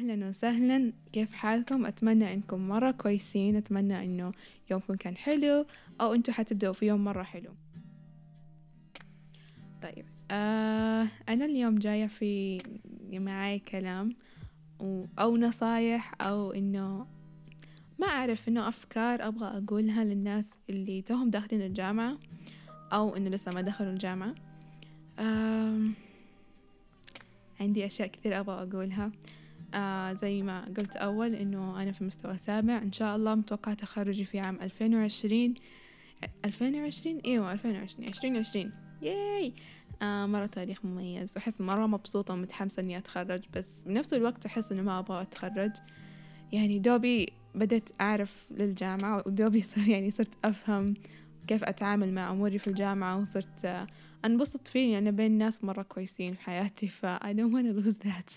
أهلا وسهلا، كيف حالكم؟ أتمنى أنكم مرة كويسين. أتمنى أنه يومكم كان حلو أو أنتوا حتبدأوا في يوم مرة حلو. طيب أنا اليوم جاية في معاي كلام أو نصايح أو أنه ما أعرف، أنه أفكار أبغى أقولها للناس اللي توهم داخلين الجامعة أو أنه لسه ما دخلوا الجامعة. عندي أشياء كثير أبغى أقولها. زي ما قلت أول إنه أنا في مستوى سابع، إن شاء الله متوقعة تخرجي في عام 2020. 2020 أيوة 2020 ياي. مرة تاريخ مميز، وأحس مرة مبسوطة ومتحمسة إني أتخرج، بس بنفس الوقت أحس إنه ما أبغى أتخرج. يعني دوبي بدأت أعرف للجامعة، ودوبي صرت أفهم كيف أتعامل مع أموري في الجامعة، وصرت أنبسط فيه. أنا بين ناس مرة كويسين في حياتي، I don't wanna lose that.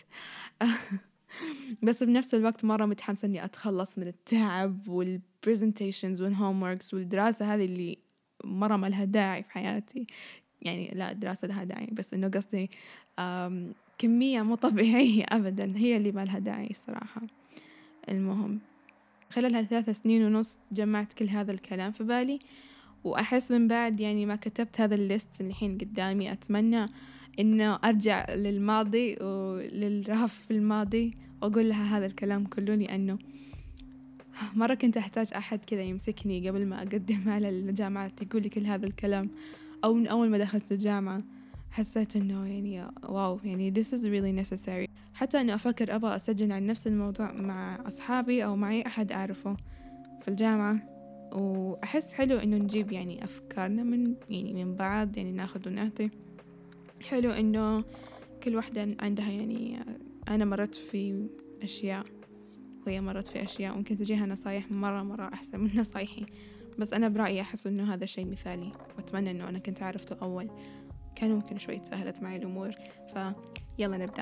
بس بنفس الوقت مرة متحمسة إني أتخلص من التعب والبرزنتيشنز والهوموركس والدراسة هذه اللي مرة ما لها داعي في حياتي. يعني لا، الدراسة لها داعي، بس إنه قصدي كمية مو طبيعية أبدا، هي اللي ما لها داعي الصراحة. المهم، خلال هالثلاث سنين ونص جمعت كل هذا الكلام في بالي، وأحس من بعد يعني ما كتبت هذا الليست اللي الحين قدامي، أتمنى إنه أرجع للماضي وللرهف في الماضي وأقول لها هذا الكلام كله، لأنه مرة كنت أحتاج أحد كذا يمسكني قبل ما أقدم على الجامعة يقول لي كل هذا الكلام، أو من أول ما دخلت الجامعة حسيت إنه يعني واو، يعني this is really necessary. حتى إنه أفكر أبغى أسجل عن نفس الموضوع مع أصحابي أو مع أي أحد أعرفه في الجامعة، وأحس حلو إنه نجيب يعني أفكارنا من بعض، يعني ناخذ ونعطي. حلو إنه كل واحدة عندها يعني أنا مرت في أشياء وهي مرت في أشياء، ممكن تجيها نصايح مرة أحسن من نصايحي، بس أنا برأيي أحس إنه هذا شيء مثالي، وأتمنى إنه أنا كنت عرفته أول، كان ممكن شوي تسهلت معي الأمور. فيلا نبدأ.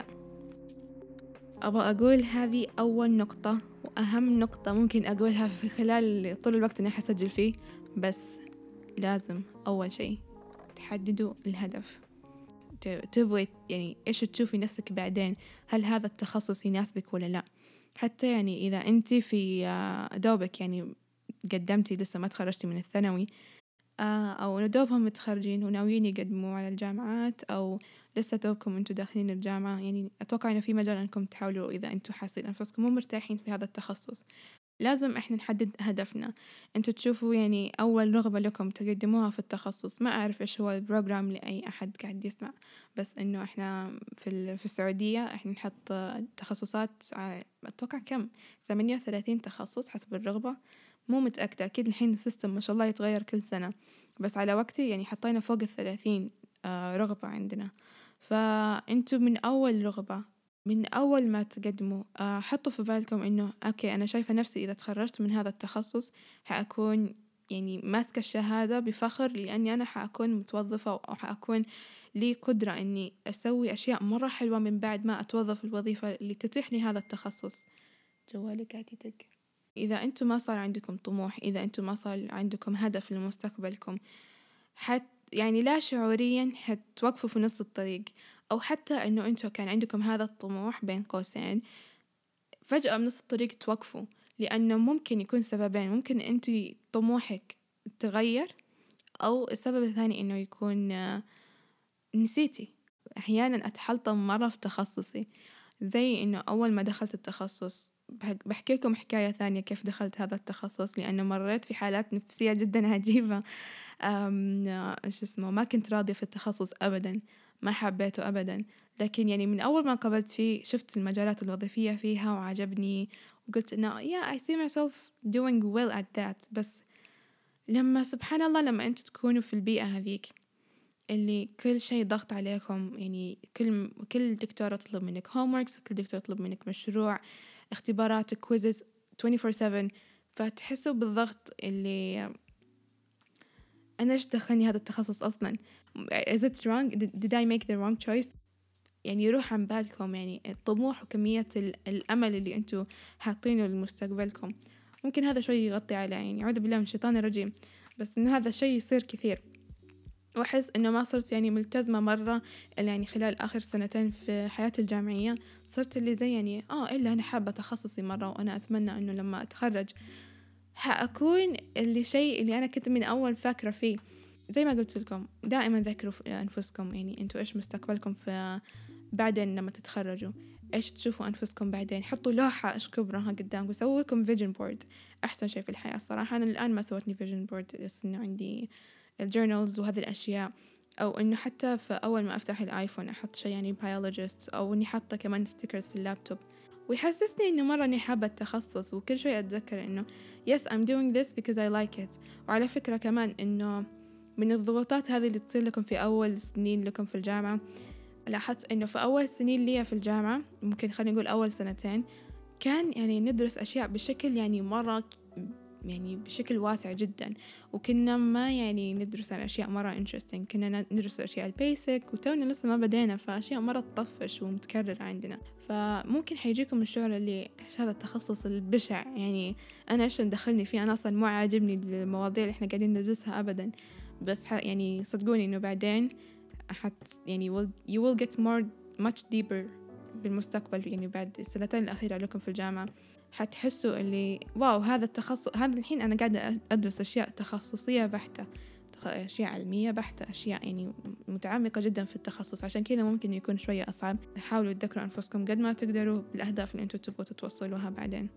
أبغى أقول هذه أول نقطة وأهم نقطة ممكن أقولها في خلال طول الوقت اللي حسجل فيه، بس لازم أول شيء تحددوا الهدف. تبغي يعني إيش تشوفي نفسك بعدين؟ هل هذا التخصص يناسبك ولا لا؟ حتى يعني إذا أنت في دوبك يعني قدمتي لسه ما تخرجتي من الثانوي، أو دوبهم متخرجين وناويين يقدموا على الجامعات، أو لسه دوبكم أنتوا داخلين الجامعة، يعني أتوقع إنه في مجال أنكم تحاولوا إذا أنتوا حاسين أنفسكم مو مرتاحين في هذا التخصص. لازم إحنا نحدد هدفنا. أنتوا تشوفوا يعني أول رغبة لكم تقدموها في التخصص. ما أعرف إيش هو البروجرام لأي أحد قاعد يسمع، بس إنه إحنا في السعودية إحنا نحط تخصصات، أتوقع كم 38 تخصص حسب الرغبة، مو متأكدة أكيد. الحين السيستم ما شاء الله يتغير كل سنة، بس على وقتي يعني حطينا فوق 30 رغبة عندنا. فأنتوا من أول رغبة، من أول ما تقدموا حطوا في بالكم إنه أوكي، أنا شايفة نفسي إذا تخرجت من هذا التخصص حأكون يعني ماسكة الشهادة بفخر، لأني أنا حأكون متوظفة أو حأكون لي قدرة إني أسوي أشياء مرة حلوة من بعد ما أتوظف الوظيفة اللي تتيح لي هذا التخصص. جوالي قاعد يدق. إذا أنتم ما صار عندكم طموح، إذا أنتم ما صار عندكم هدف لمستقبلكم، يعني لا شعوريا هتوقفوا في نص الطريق، أو حتى أنه أنتوا كان عندكم هذا الطموح بين قوسين فجأة بنص الطريق توقفوا، لأنه ممكن يكون سببين. ممكن أنتوا طموحك تغير، أو السبب الثاني أنه يكون نسيتي. أحيانا أتحلطم مرة في تخصصي، زي أنه أول ما دخلت التخصص بحكي لكم حكاية ثانية كيف دخلت هذا التخصص، لأنه مريت في حالات نفسية جدا عجيبة. إيش اسمه، ما كنت راضية في التخصص أبدا، ما حبيته أبدا، لكن يعني من أول ما قبلت فيه شفت المجالات الوظيفية فيها وعجبني، وقلت إنه I see myself doing well at that. بس لما سبحان الله لما أنتوا تكونوا في البيئة هذيك اللي كل شيء ضغط عليكم، يعني كل دكتورة تطلب منك homeworks، كل دكتورة تطلب منك مشروع، اختبارات، كويزز 24/7، فتحسوا بالضغط اللي أنا إيش دخلني هذا التخصص أصلا؟ is it wrong? did I make the wrong choice؟ يعني يروح عن بالكم يعني الطموح وكمية الأمل اللي أنتوا حاطينه لمستقبلكم. ممكن هذا شوي يغطي على يعني أعوذ بالله من الشيطان الرجيم، بس إنه هذا الشيء يصير كثير. وأحس إنه ما صرت يعني ملتزمة مرة، إلا يعني خلال آخر سنتين في حياتي الجامعية صرت اللي زي يعني إلا أنا حابة تخصصي مرة، وأنا أتمنى إنه لما أتخرج حأكون اللي شيء اللي أنا كنت من أول فاكرة فيه. زي ما قلت لكم دائما ذكروا في أنفسكم، يعني أنتوا إيش مستقبلكم في بعدين لما تتخرجوا، إيش تشوفوا أنفسكم بعدين، حطوا لوحة إيش كبرها قدامكم، سووا لكم فيجن بورد. أحسن شيء في الحياة الصراحة. أنا الآن ما سويتني فيجن بورد، بس إنه عندي الجورنالز وهذه الأشياء، أو إنه حتى في أول ما أفتح الآيفون أحط شيء يعني biologist، أو إني حاطة كمان ستيكرز في اللابتوب، ويحسسني إنه مرة إني حابة التخصص. وكل شوي أتذكر إنه yes I'm doing this because I like it. وعلى فكرة كمان إنه من الضغوطات هذه اللي تصير لكم في أول سنين لكم في الجامعة، لاحظت إنه في أول سنين لي في الجامعة، ممكن خلينا نقول أول سنتين، كان يعني ندرس أشياء بشكل يعني مرة يعني بشكل واسع جدا، وكنا ما يعني ندرس عن أشياء مرة interesting، كنا ندرس أشياء البيسك وتونا لسه ما بدينا، فأشياء مرة تطفش ومتكررة عندنا. فممكن حيجيكم الشعور اللي هذا التخصص البشع، يعني أنا إيش مدخلني فيه، أنا أصلا مو عاجبني المواضيع اللي إحنا قاعدين ندرسها أبدا. بس يعني صدقوني إنه بعدين يعني you will get much deeper بالمستقبل، يعني بعد السنتين الأخيرة لكم في الجامعة حتحسوا اللي واو هذا التخصص، هذا الحين أنا قاعدة أدرس أشياء تخصصية بحتة، أشياء علمية بحتة، أشياء يعني متعمقة جدا في التخصص. عشان كذا ممكن يكون شوية أصعب. حاولوا تذكروا أنفسكم قد ما تقدروا بالأهداف اللي أنتوا تبغوا تتوصلوها بعدين.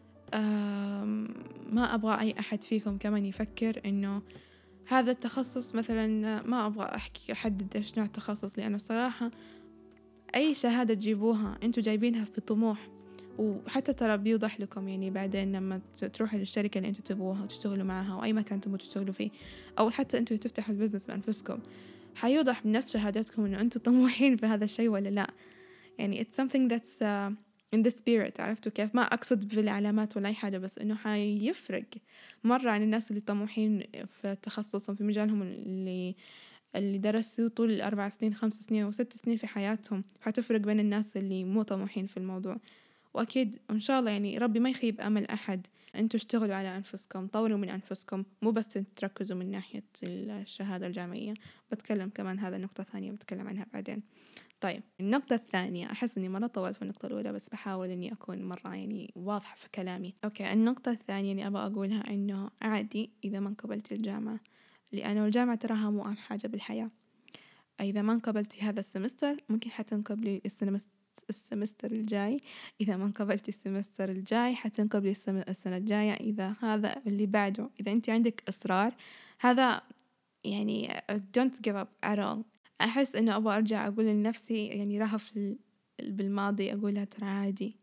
ما أبغى أي أحد فيكم كمان يفكر إنه هذا التخصص مثلا، ما أبغى أحدد إيش نوع التخصص، لأنه الصراحة أي شهادة تجيبوها أنتوا جايبينها في طموح، وحتى ترى بيوضح لكم يعني بعدين لما تروحوا للشركة اللي أنتوا تبغوها وتشتغلوا معها، أو أي مكان تبغوا تشتغلوا فيه، أو حتى أنتوا تفتحوا البزنس بأنفسكم، حيوضح بنفس شهادتكم إنه أنتوا طموحين في هذا الشيء ولا لا. يعني it's something that's in the spirit. عرفتوا كيف؟ ما أقصد بالعلامات ولا أي حاجة، بس إنه حيفرق مرة عن الناس اللي طموحين في تخصصهم في مجالهم اللي درسوا طول 4 سنين 5 سنين و6 سنين في حياتهم. حتفرق بين الناس اللي مو طموحين في الموضوع. وأكيد إن شاء الله يعني ربي ما يخيب أمل أحد. أنتوا اشتغلوا على أنفسكم، طوروا من أنفسكم، مو بس تركزوا من ناحية الشهادة الجامعية. بتكلم كمان هذا نقطة ثانية بتكلم عنها بعدين. طيب النقطة الثانية، أحس إني مرة طولت في النقطة الأولى، بس بحاول إني أكون مرة يعني واضحة في كلامي. أوكي، النقطة الثانية اللي أبغى أقولها إنه عادي إذا ما انقبلت الجامعة، لأنه الجامعة تراها مو أهم حاجة بالحياة. إذا ما انقبلتي هذا السمستر ممكن حتنقبلي السمستر الجاي، إذا ما انقبلتي السمستر الجاي حتنقبلي السنة الجاية، إذا هذا اللي بعده. إذا أنت عندك إصرار، هذا يعني don't give up at all. أحس إنه أبغى أرجع أقول لنفسي يعني راها بالماضي أقولها ترى عادي.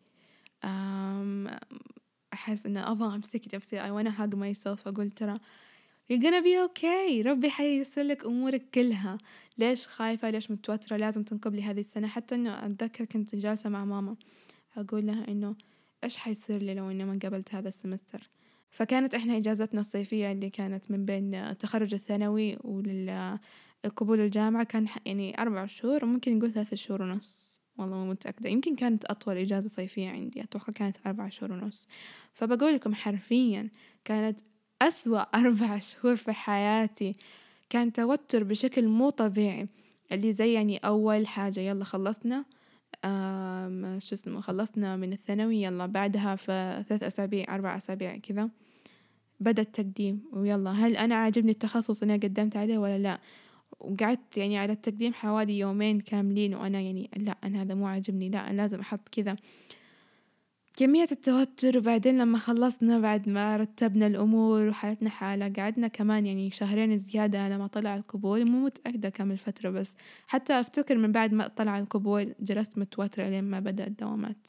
أحس إنه أبغى أمسك نفسي I wanna hug myself، أقول ترى you're gonna be okay، ربي حييسر لك أمورك كلها. ليش خايفة؟ ليش متوترة؟ لازم تنقبلي هذه السنة. حتى إنه أتذكر كنت جالسة مع ماما أقول لها إنه إيش حيصير لي لو إني ما قبلت هذا السمستر. فكانت إحنا إجازتنا الصيفية اللي كانت من بين التخرج الثانوي وللقبول الجامعة كان يعني 4 شهور، وممكن نقول 3 شهور ونص، والله مو متأكدة، يمكن كانت أطول إجازة صيفية عندي، أتوقع كانت 4 شهور ونص. فبقول لكم حرفيا كانت أسوأ 4 شهور في حياتي. كان توتر بشكل مو طبيعي، اللي زي يعني أول حاجة يلا خلصنا شو اسمه، خلصنا من الثانوي، يلا بعدها في 3 أسابيع 4 أسابيع كذا بدأ التقديم، ويلا هل أنا عاجبني التخصص اللي أنا قدمت عليه ولا لا. وقعدت يعني على التقديم حوالي 2 كاملين وأنا يعني لا أنا هذا مو عاجبني، لا أنا لازم أحط كذا كمية التوتر. وبعدين لما خلصنا بعد ما رتبنا الأمور وحالتنا حالة، قعدنا كمان يعني 2 زيادة على ما طلع القبول، مو متأكدة كم الفترة، بس حتى أفتكر من بعد ما طلع القبول جلست متوترة لين ما بدأ الدوامات.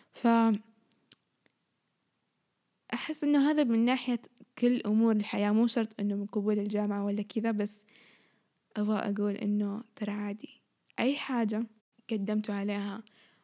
أحس إنه هذا من ناحية كل أمور الحياة، مو شرط إنه من قبول الجامعة ولا كذا، بس أبغى أقول إنه ترى عادي أي حاجة قدمتوا عليها.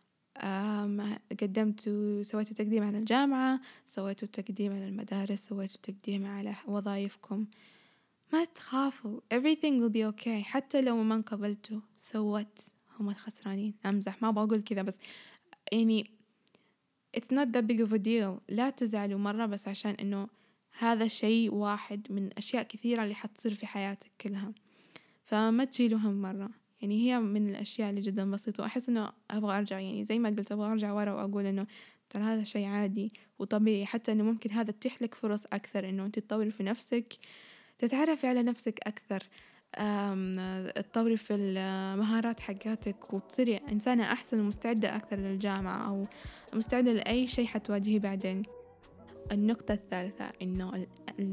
قدمتوا سويتوا تقديم على الجامعة، سويتوا تقديم على المدارس، سويتوا تقديم على وظائفكم، ما تخافوا everything will be okay. حتى لو ما انقبلتوا سوت هم الخسرانين، أمزح ما بقول كذا، بس يعني it's not that big of a deal. لا تزعلوا مرة بس عشان إنه هذا شيء واحد من أشياء كثيرة اللي حتصير في حياتك كلها. فما تشيلوا هم مرة. يعني هي من الأشياء اللي جدا بسيطة، وأحس إنه أبغى أرجع، يعني زي ما قلت أبغى أرجع ورا وأقول إنه ترى هذا شيء عادي وطبيعي، حتى إنه ممكن هذا تتيح لك فرص أكثر إنه أنت تطوري في نفسك، تتعرفي على نفسك أكثر، تطوري في المهارات حقاتك، وتصيري إنسانة أحسن ومستعدة أكثر للجامعة أو مستعدة لأي شيء حتواجهيه بعدين. النقطة الثالثة إنه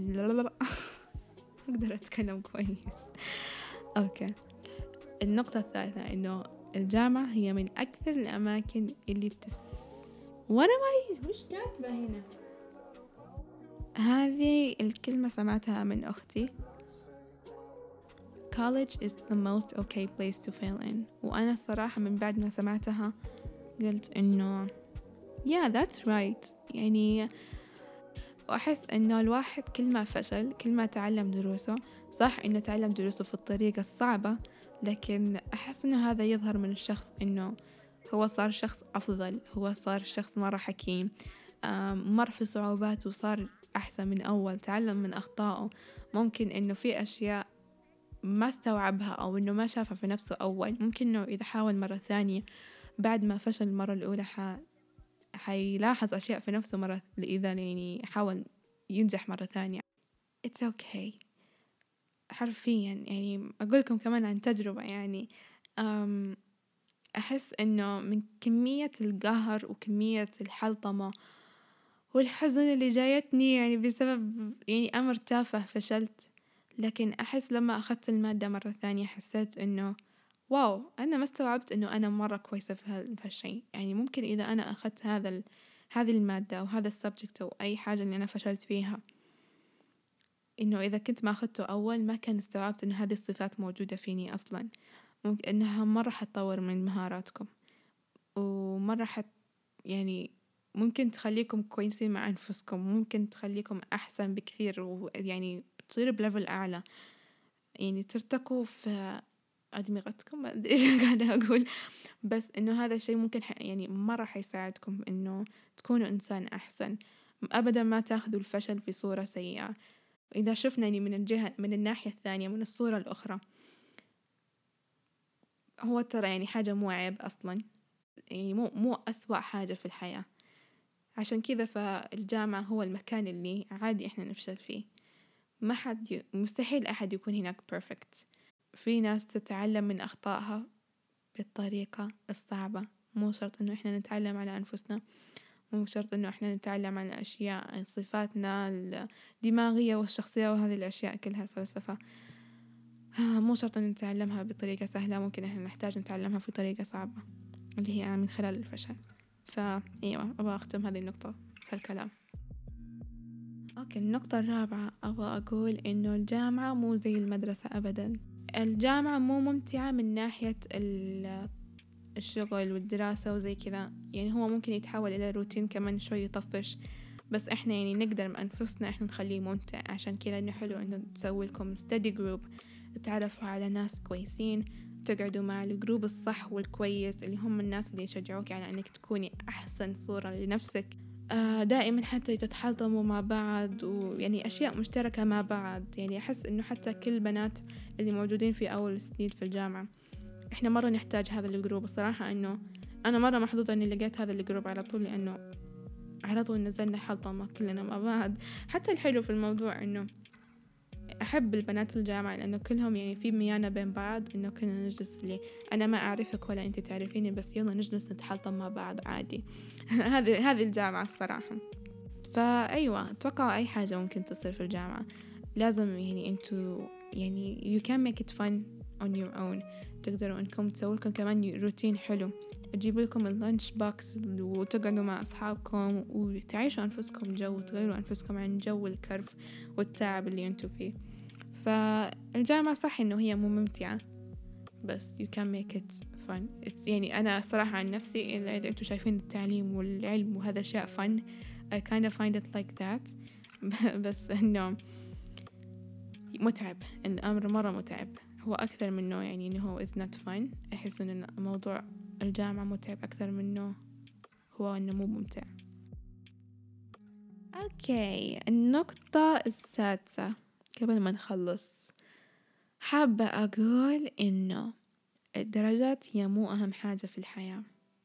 أقدر أتكلم كويس. أوكي، النقطة الثالثة إنه الجامعة هي من أكثر الأماكن اللي وأنا ما وش كاتبة هنا؟ هذه الكلمة سمعتها من أختي. College is the most okay place to fail in. وأنا الصراحة من بعد ما سمعتها قلت إنه yeah that's right. يعني وأحس إنه الواحد كل ما فشل كل ما تعلم دروسه. صح إنه تعلم دروسه في الطريقة الصعبة، لكن أحس إنه هذا يظهر من الشخص إنه هو صار شخص أفضل، هو صار شخص مرة حكيم، مر في صعوبات وصار أحسن من أول، تعلم من أخطائه. ممكن إنه في أشياء ما استوعبها أو إنه ما شافها في نفسه أول، ممكن إنه إذا حاول مرة ثانية بعد ما فشل المرة الأولى حيلاحظ أشياء في نفسه مرة، إذا يعني حاول ينجح مرة ثانية. It's okay. حرفيا يعني أقولكم كمان عن تجربة، يعني أحس إنه من كمية القهر وكمية الحلطمة والحزن اللي جايتني يعني بسبب يعني أمر تافه فشلت، لكن أحس لما أخذت المادة مرة ثانية حسيت إنه واو، أنا ما استوعبت إنه أنا مرة كويسة في هالشيء. يعني ممكن إذا أنا أخذت هذه المادة أو هذا السبجكت أو أي حاجة اللي أنا فشلت فيها، إنه إذا كنت ما أخذته أول ما كان استوعبت إنه هذه الصفات موجودة فيني أصلا. ممكن إنها مرة حتطور من مهاراتكم، ومرة يعني ممكن تخليكم كويسين مع أنفسكم، ممكن تخليكم أحسن بكثير، ويعني بتصير بليفل أعلى، يعني ترتقوا في أدمغتكم. ما أدري إيش قاعدة أقول، بس إنه هذا الشيء ممكن يعني مرة حيساعدكم إنه تكونوا إنسان أحسن. أبدا ما تاخذوا الفشل في صورة سيئة. إذا شفنا يعني من الناحية الثانية، من الصورة الأخرى، هو ترى يعني حاجة مو عيب أصلا، يعني مو أسوأ حاجة في الحياة. عشان كذا فالجامعة هو المكان اللي عادي إحنا نفشل فيه. ما حد مستحيل أحد يكون هناك perfect. في ناس تتعلم من أخطائها بالطريقة الصعبة. مو شرط إنه إحنا نتعلم على أنفسنا، مو شرط إنه إحنا نتعلم عن أشياء صفاتنا الدماغية والشخصية وهذه الأشياء كلها الفلسفة. مو شرط إن نتعلمها بطريقة سهلة، ممكن إحنا نحتاج نتعلمها في طريقة صعبة اللي هي من خلال الفشل. فأيوة أبغى أختم هذه النقطة في الكلام. أوكي، النقطة الرابعة أبغى أقول إنه الجامعة مو زي المدرسة أبدا. الجامعة مو ممتعة من ناحية الشغل والدراسة وزي كذا، يعني هو ممكن يتحول إلى روتين كمان شوي يطفش، بس إحنا يعني نقدر بأنفسنا إحنا نخليه ممتع. عشان كذا إنه حلو إنه تسوي لكم study group، تعرفوا على ناس كويسين، تقعدوا مع الجروب الصح والكويس اللي هم الناس اللي يشجعوك على أنك تكوني أحسن صورة لنفسك. دائما حتى تتحلطموا مع بعض، ويعني أشياء مشتركة مع بعض. يعني أحس إنه حتى كل البنات اللي موجودين في أول سنين في الجامعة إحنا مرة نحتاج هذا الجروب. الصراحة إنه أنا مرة محظوظة إني لقيت هذا الجروب على طول، لأنه على طول نزلنا حلطمة كلنا مع بعض. حتى الحلو في الموضوع إنه أحب البنات الجامعة لأنه كلهم يعني في ميانة بين بعض، إنه كنا نجلس اللي أنا ما أعرفك ولا أنت تعرفيني، بس يلا نجلس نتحلطم مع بعض عادي. هذه الجامعة الصراحة. فأيوة أتوقع أي حاجة ممكن تصير في الجامعة لازم يعني أنتوا يعني you can make it fun on your own. تقدروا أنكم تسووا لكم كمان روتين حلو، تجيبوا لكم اللانش بوكس وتقعدوا مع أصحابكم وتعيشوا أنفسكم جو، وتغيروا أنفسكم عن جو الكرف والتعب اللي أنتوا فيه. فالجامعة صح إنه هي مو ممتعة، بس you can make it fun. يعني أنا صراحة عن نفسي إذا أنتوا شايفين التعليم والعلم وهذا الشيء fun I kind of find it like that. بس إنه متعب، الأمر مرة متعب. هو أكثر منه يعني إنه هو is not fun. أحس إنه موضوع الجامعة متعب أكثر منه هو إنه مو ممتع. أوكي، النقطة السادسة قبل ما نخلص، حابة أقول إنه الدرجات هي مو أهم حاجة في الحياة.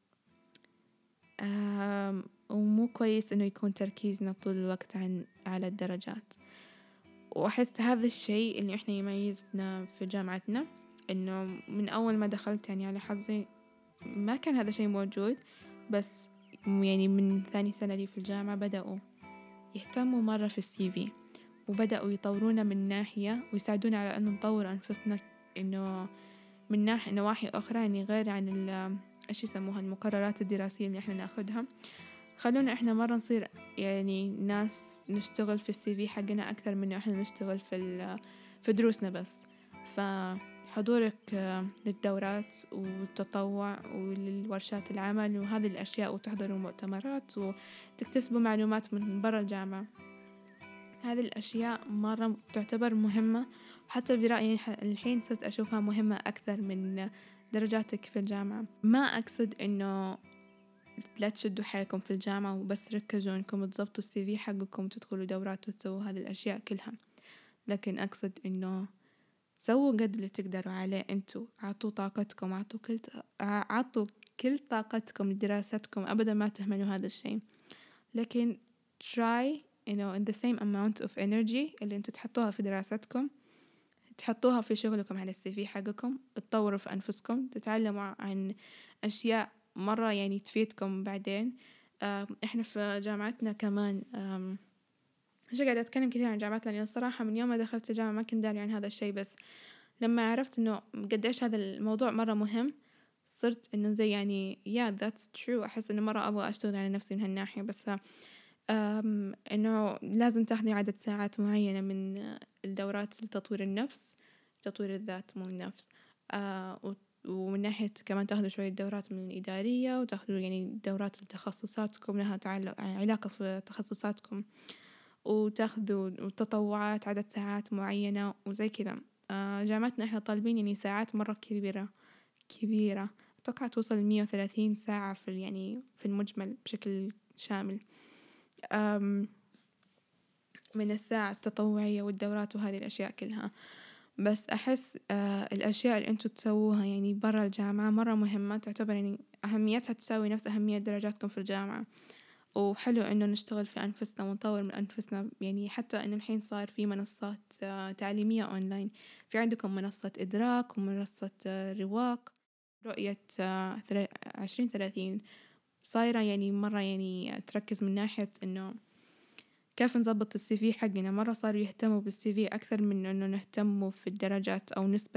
ومو كويس إنه يكون تركيزنا طول الوقت على الدرجات. وأحس هذا الشيء اللي إحنا يميزنا في جامعتنا، إنه من أول ما دخلت يعني على حظي ما كان هذا الشيء موجود، بس يعني من ثاني سنة لي في الجامعة بدأوا يهتموا مرة في السي في، وبدأوا يطورونا من ناحية ويساعدونا على أنه نطور أنفسنا، إنه من نواحي أخرى يعني غير عن إيش يسموها المقررات الدراسية اللي إحنا ناخدها. خلونا إحنا مرة نصير يعني ناس نشتغل في السي في حقنا أكثر من إنه إحنا نشتغل في دروسنا بس. فحضورك للدورات والتطوع وللورشات العمل وهذه الأشياء، وتحضروا مؤتمرات وتكتسبوا معلومات من برا الجامعة، هذه الأشياء مرة تعتبر مهمة. وحتى برأيي الحين صرت أشوفها مهمة أكثر من درجاتك في الجامعة. ما أقصد إنه لا تشدوا حيلكم في الجامعة وبس ركزوا إنكم تضبطوا السي في حقكم وتدخلوا دورات وتسووا هذه الأشياء كلها، لكن أقصد إنه سووا قد اللي تقدروا عليه. أنتوا عطوا طاقتكم، عطوا كل طاقتكم لدراستكم، أبدا ما تهملوا هذا الشيء. لكن try in the same amount of energy اللي أنتوا تحطوها في دراستكم تحطوها في شغلكم على السي في حقكم، تطوروا في أنفسكم، تتعلموا عن أشياء مرة يعني تفيدكم بعدين. إحنا في جامعتنا كمان مش قاعدة أتكلم كثير عن جامعتنا، لأن الصراحة من يوم ما دخلت الجامعة ما كنت داري عن هذا الشيء، بس لما عرفت إنه قديش هذا الموضوع مرة مهم صرت إنه زي يعني that's true. أحس إنه مرة أبغى أشتغل على نفسي من هالناحية. بس إنه لازم تاخذي عدد ساعات معينة من الدورات لتطوير النفس، تطوير الذات مو النفس. ومن ناحية كمان تاخذوا شوية دورات من الإدارية، وتاخذوا يعني دورات لتخصصاتكم لها علاقة في تخصصاتكم، وتاخذوا تطوعات عدد ساعات معينة وزي كذا. جامعتنا إحنا طالبين يعني ساعات مرة كبيرة أتوقع توصل 130 ساعة يعني في المجمل بشكل شامل، من الساعة التطوعية والدورات وهذه الأشياء كلها. بس أحس الأشياء اللي أنتوا تسووها يعني برا الجامعة مرة مهمة، تعتبر يعني أهميتها تساوي نفس أهمية درجاتكم في الجامعة. وحلو إنه نشتغل في أنفسنا ونطور من أنفسنا، يعني حتى إنه الحين صار في منصات تعليمية أونلاين. في عندكم منصة إدراك ومنصة رواق، رؤية 2030 صايرة يعني مرة يعني تركز من ناحية إنه كيف نضبط السي في حقنا. مرة صاروا يهتموا بالسي في أكثر من إنه نهتموا في الدرجات أو نسبة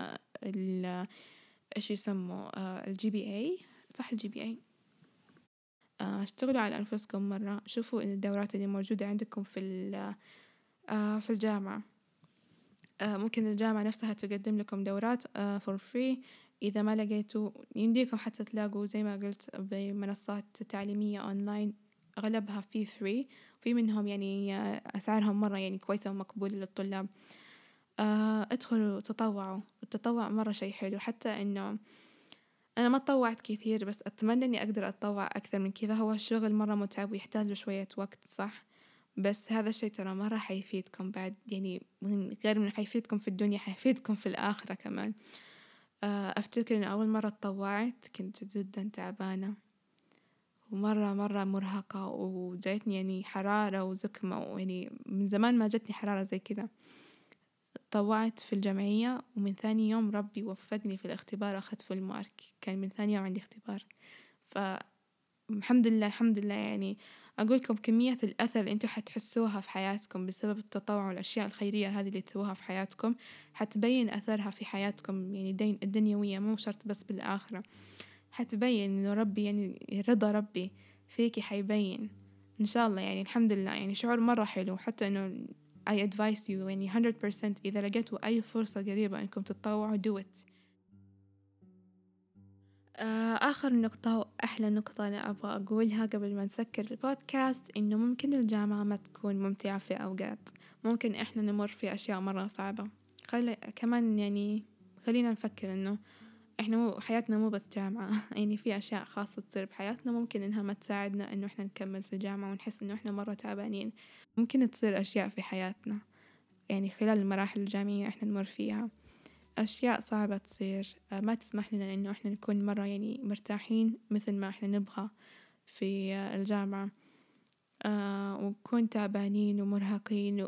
إيش يسموا الجي بي اي، صح الجي بي اي. اشتغلوا على أنفسكم مرة، شوفوا إن الدورات اللي موجودة عندكم في الجامعة. ممكن الجامعة نفسها تقدم لكم دورات for free. إذا ما لقيتوا يمديكم حتى تلاقوا زي ما قلت بمنصات تعليمية أونلاين، أغلبها في free، في منهم يعني أسعارهم مرة يعني كويسة ومقبولة للطلاب. ادخلوا تطوعوا، التطوع مرة شيء حلو. حتى إنه أنا ما تطوعت كثير، بس أتمنى إني أقدر أتطوع أكثر من كذا. هو الشغل مرة متعب ويحتاج له شوية وقت صح، بس هذا الشيء ترى مرة حيفيدكم بعد، يعني من غير من حيفيدكم في الدنيا حيفيدكم في الآخرة كمان. أفتكر إن أول مرة تطوعت كنت جدا تعبانة ومرة مرهقة، وجايتني يعني حرارة وزكمة، ويعني من زمان ما جتني حرارة زي كذا. طوعت في الجمعية، ومن ثاني يوم ربي وفقني في الاختبار، أخذت فول مارك. كان من ثاني يوم عندي اختبار، فالحمد لله الحمد لله. يعني أقولكم كمية الأثر اللي أنتوا حتحسوها في حياتكم بسبب التطوع والأشياء الخيرية هذه اللي تسووها في حياتكم حتبين أثرها في حياتكم، يعني الدنيوية مو شرط بس بالآخرة. حتبين إنه ربي يعني رضا ربي فيكي حيبين إن شاء الله. يعني الحمد لله، يعني شعور مرة حلو. حتى إنه I advise you يعني 100% إذا لقيتوا أي فرصة قريبة إنكم تتطوعوا do it. آخر نقطة وأحلى نقطة أنا أبغى أقولها قبل ما نسكر البودكاست، إنه ممكن الجامعة ما تكون ممتعة في أوقات، ممكن إحنا نمر في أشياء مرة صعبة. كمان يعني خلينا نفكر إنه إحنا حياتنا مو بس جامعة يعني في أشياء خاصة تصير بحياتنا ممكن إنها ما تساعدنا إنه إحنا نكمل في الجامعة ونحس إنه إحنا مرة تعبانين. ممكن تصير أشياء في حياتنا يعني خلال المراحل الجامعية إحنا نمر فيها، أشياء صعبة تصير ما تسمح لنا إنه إحنا نكون مرة يعني مرتاحين مثل ما إحنا نبغى في الجامعة. ونكون تعبانين ومرهقين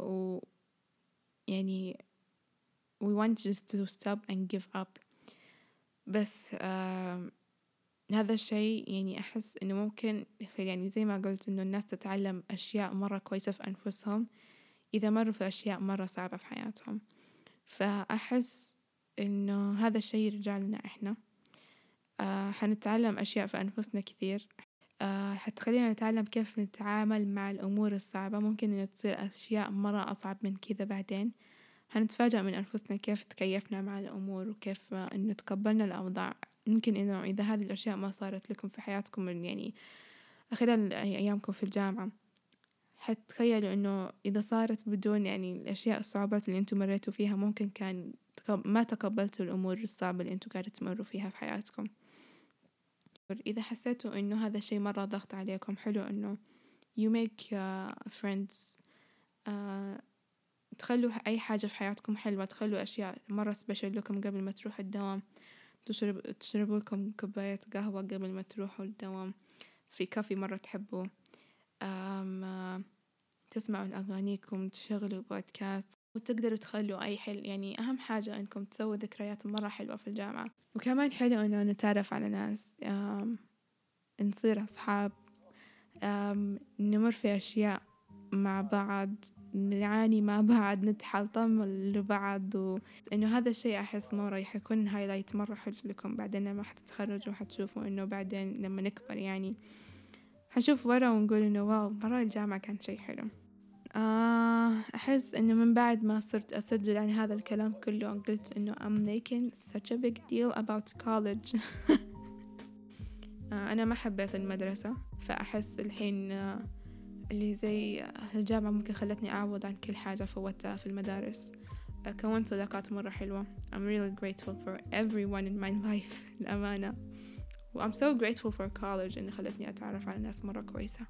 يعني we want just to stop and give up. بس هذا الشيء يعني أحس إنه ممكن يعني زي ما قلت إنه الناس تتعلم أشياء مرة كويسة في أنفسهم إذا مروا في أشياء مرة صعبة في حياتهم. فأحس إنه هذا الشيء يرجع لنا إحنا. حنتعلم أشياء في أنفسنا كثير، حتخلينا نتعلم كيف نتعامل مع الأمور الصعبة. ممكن إنه تصير أشياء مرة أصعب من كذا بعدين. حنتفاجأ من أنفسنا كيف تكيفنا مع الأمور وكيف إنه تقبلنا الأوضاع. ممكن إنه إذا هذه الأشياء ما صارت لكم في حياتكم من يعني خلال أيامكم في الجامعة، حتخيلوا إنه إذا صارت بدون يعني الأشياء الصعوبات اللي أنتم مريتوا فيها ممكن كان ما تقبلتوا الأمور الصعبة اللي أنتم قاعدة تمروا فيها في حياتكم. إذا حسيتوا إنه هذا الشيء مرة ضغط عليكم، حلو إنه you make friends. تخلوا أي حاجة في حياتكم حلوة، تخلوا أشياء مرة سبيشل لكم قبل ما تروحوا الدوام. تشربوا لكم كوباية قهوة قبل ما تروحوا الدوام في كافي مرة تحبوه. تسمعوا أغانيكم، تشغلوا بودكاست، وتقدروا تخلوا أي حل. يعني أهم حاجة إنكم تسووا ذكريات مرة حلوة في الجامعة. وكمان حلو إنه نتعرف على ناس، نصير أصحاب، نمر في أشياء مع بعض، نعاني مع بعض، نتحلطم لبعض. وإنه هذا الشيء أحس مرة يكون هايلايت مرة حلو لكم بعدين لما حتتخرجوا. حتشوفوا إنه بعدين لما نكبر يعني حنشوف ورا ونقول إنه واو مرة الجامعة كان شيء حلو. أحس إنه من بعد ما صرت أسجل عن هذا الكلام كله قلت إنه I'm making such a big deal about college. أنا ما حبيت المدرسة، فأحس الحين اللي زي الجامعة ممكن خلتني أعوض عن كل حاجة فوتها في المدارس. كونت صداقات مرة حلوة. I'm really grateful for everyone in my life الأمانة. و I'm so grateful for college إنه خلتني أتعرف على ناس مرة كويسة.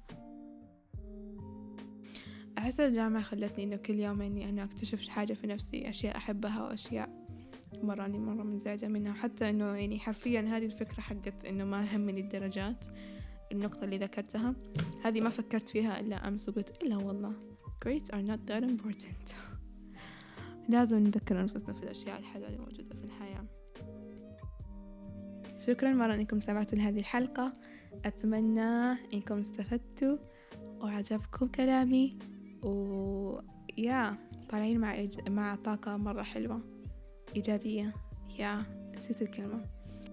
أحس الجامعة خلتني إنه كل يوم إني أنا أكتشف حاجة في نفسي، أشياء أحبها وأشياء مرة منزعجة منها. حتى إنه يعني حرفيا هذه الفكرة حقت إنه ما همني الدرجات، النقطة اللي ذكرتها هذه ما فكرت فيها إلا أمس وقلت إلا والله grades are not that important. لازم نذكر أنفسنا في الأشياء الحلوة اللي موجودة في الحياة. شكرا مرة إنكم سمعتوا لهذه الحلقة. أتمنى إنكم استفدتوا وعجبكم كلامي طالعين مع طاقة مرة حلوة إيجابية. نسيت الكلمة.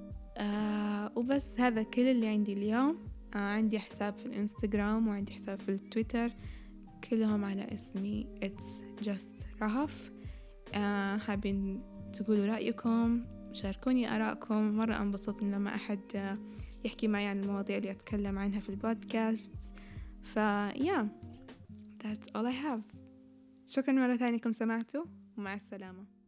وبس هذا كل اللي عندي اليوم. عندي حساب في الانستغرام وعندي حساب في التويتر، كلهم على اسمي It's Just رهف. حابين تقولوا رأيكم، شاركوني آراءكم. مرة أنبسط لما أحد يحكي معي عن المواضيع اللي أتكلم عنها في البودكاست. that's all I have. شكرا مرة ثانية إنكم سمعتوا، ومع السلامة.